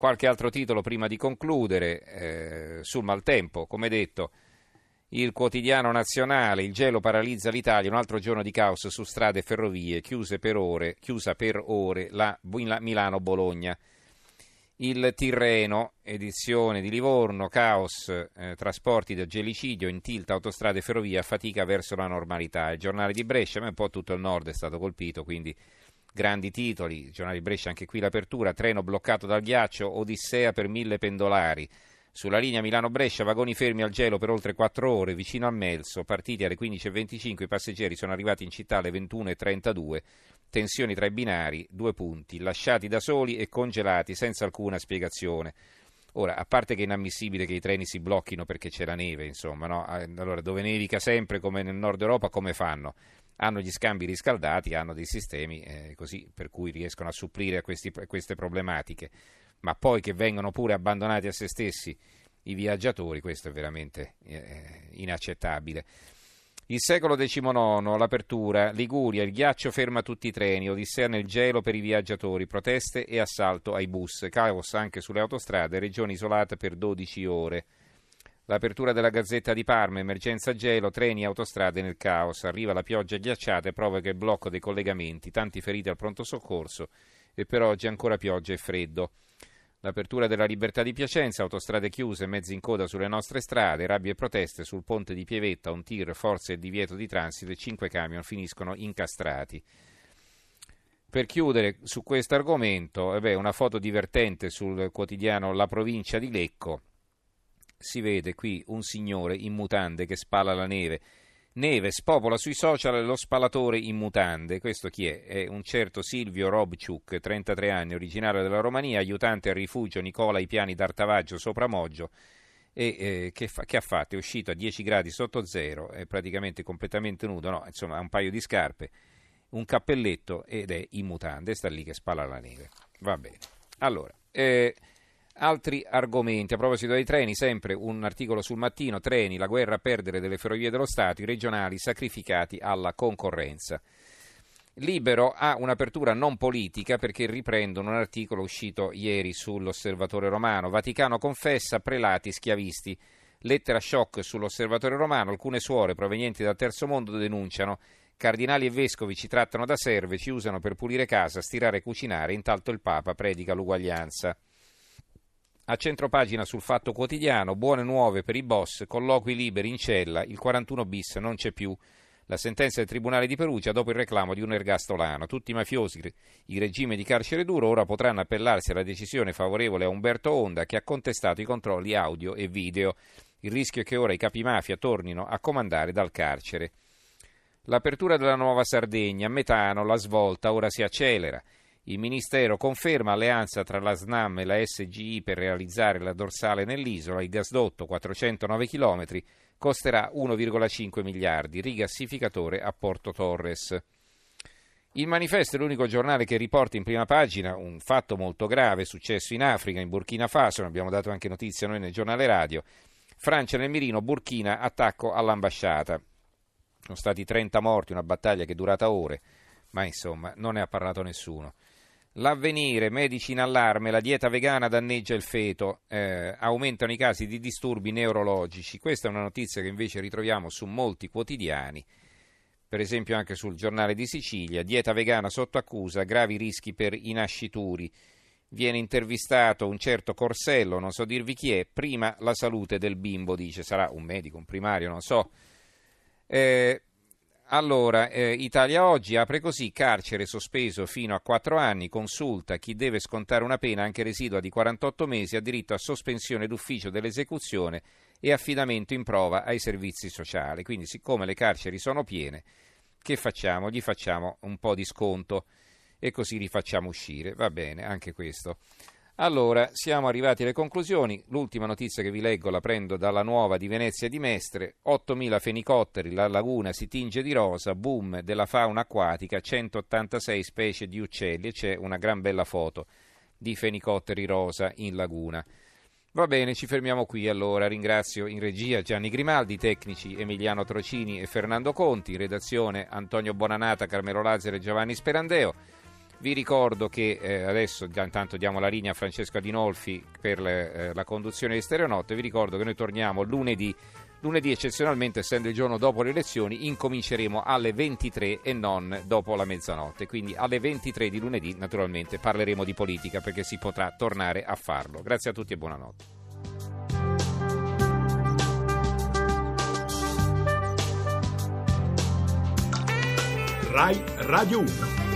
Qualche altro titolo prima di concludere, sul maltempo, come detto, il quotidiano nazionale, il gelo paralizza l'Italia, un altro giorno di caos su strade e ferrovie, chiusa per ore la Milano-Bologna. Il Tirreno, edizione di Livorno, caos, trasporti da gelicidio, in tilt autostrade e ferrovie, a fatica verso la normalità. Il giornale di Brescia, ma un po' tutto il nord è stato colpito, quindi grandi titoli. Il giornale di Brescia, anche qui l'apertura, treno bloccato dal ghiaccio, odissea per 1000 pendolari. Sulla linea Milano-Brescia, vagoni fermi al gelo per oltre 4 ore, vicino a Melso, partiti alle 15.25, i passeggeri sono arrivati in città alle 21.32, tensioni tra i binari, 2 punti, lasciati da soli e congelati senza alcuna spiegazione. Ora, a parte che è inammissibile che i treni si blocchino perché c'è la neve, insomma, no? Allora, dove nevica sempre, come nel nord Europa, come fanno? Hanno gli scambi riscaldati, hanno dei sistemi così per cui riescono a supplire a queste problematiche. Ma poi che vengano pure abbandonati a se stessi i viaggiatori, questo è veramente inaccettabile. Il secolo XIX, l'apertura, Liguria, il ghiaccio ferma tutti i treni, odissea nel gelo per i viaggiatori, proteste e assalto ai bus, caos anche sulle autostrade, regione isolata per 12 ore. L'apertura della Gazzetta di Parma, emergenza gelo, treni e autostrade nel caos, arriva la pioggia ghiacciata e provoca il blocco dei collegamenti, tanti feriti al pronto soccorso e per oggi ancora pioggia e freddo. L'apertura della Libertà di Piacenza, autostrade chiuse, mezzi in coda sulle nostre strade, rabbie e proteste sul ponte di Pievetta, un tir, forze e divieto di transito e 5 camion finiscono incastrati. Per chiudere su questo argomento, una foto divertente sul quotidiano La Provincia di Lecco. Si vede qui un signore in mutande che spala la neve. Neve spopola sui social lo spalatore in mutande. Questo chi è? È un certo Silvio Robciuk, 33 anni, originario della Romania, aiutante al rifugio Nicola ai piani d'Artavaggio sopra Moggio. E che ha fatto? È uscito a 10 gradi sotto zero, è praticamente completamente nudo, no, insomma ha un paio di scarpe, un cappelletto ed è in mutande, sta lì che spala la neve. Va bene. Allora, altri argomenti, a proposito dei treni, sempre un articolo sul Mattino, treni, la guerra a perdere delle ferrovie dello Stato, i regionali sacrificati alla concorrenza. Libero ha un'apertura non politica perché riprendono un articolo uscito ieri sull'Osservatore Romano. Vaticano confessa prelati schiavisti. Lettera shock sull'Osservatore Romano, alcune suore provenienti dal terzo mondo denunciano: cardinali e vescovi ci trattano da serve, ci usano per pulire casa, stirare e cucinare, intanto il Papa predica l'uguaglianza. A centropagina sul Fatto Quotidiano, buone nuove per i boss, colloqui liberi in cella, il 41 bis non c'è più. La sentenza del Tribunale di Perugia dopo il reclamo di un ergastolano. Tutti i mafiosi, il regime di carcere duro, ora potranno appellarsi alla decisione favorevole a Umberto Onda che ha contestato i controlli audio e video. Il rischio è che ora i capimafia tornino a comandare dal carcere. L'apertura della Nuova Sardegna, metano, la svolta ora si accelera. Il Ministero conferma alleanza tra la SNAM e la SGI per realizzare la dorsale nell'isola. Il gasdotto, 409 km, costerà 1,5 miliardi. Rigassificatore a Porto Torres. Il Manifesto è l'unico giornale che riporta in prima pagina un fatto molto grave successo in Africa, in Burkina Faso. Ne abbiamo dato anche notizia noi nel giornale radio. Francia nel mirino, Burkina, attacco all'ambasciata. Sono stati 30 morti, una battaglia che è durata ore, ma insomma non ne ha parlato nessuno. L'Avvenire, medici in allarme, la dieta vegana danneggia il feto, aumentano i casi di disturbi neurologici. Questa è una notizia che invece ritroviamo su molti quotidiani, per esempio anche sul Giornale di Sicilia. Dieta vegana sotto accusa, gravi rischi per i nascituri. Viene intervistato un certo Corsello, non so dirvi chi è, prima la salute del bimbo, dice, sarà un medico, un primario, non so. Allora, Italia Oggi apre così: carcere sospeso fino a 4 anni, consulta chi deve scontare una pena anche residua di 48 mesi, ha diritto a sospensione d'ufficio dell'esecuzione e affidamento in prova ai servizi sociali. Quindi, siccome le carceri sono piene, che facciamo? Gli facciamo un po' di sconto e così li facciamo uscire. Va bene, anche questo. Allora, siamo arrivati alle conclusioni. L'ultima notizia che vi leggo la prendo dalla Nuova di Venezia di Mestre. 8.000 fenicotteri, la laguna si tinge di rosa, boom della fauna acquatica, 186 specie di uccelli e c'è una gran bella foto di fenicotteri rosa in laguna. Va bene, ci fermiamo qui allora. Ringrazio in regia Gianni Grimaldi, tecnici Emiliano Trocini e Fernando Conti, in redazione Antonio Bonanata, Carmelo Lazzaro e Giovanni Sperandeo. Vi ricordo che adesso già intanto diamo la linea a Francesco Adinolfi per la conduzione di Stereonotte. Vi ricordo che noi torniamo lunedì eccezionalmente, essendo il giorno dopo le elezioni, incominceremo alle 23 e non dopo la mezzanotte, quindi alle 23 di lunedì naturalmente parleremo di politica, perché si potrà tornare a farlo. Grazie a tutti e buonanotte. Rai Radio 1.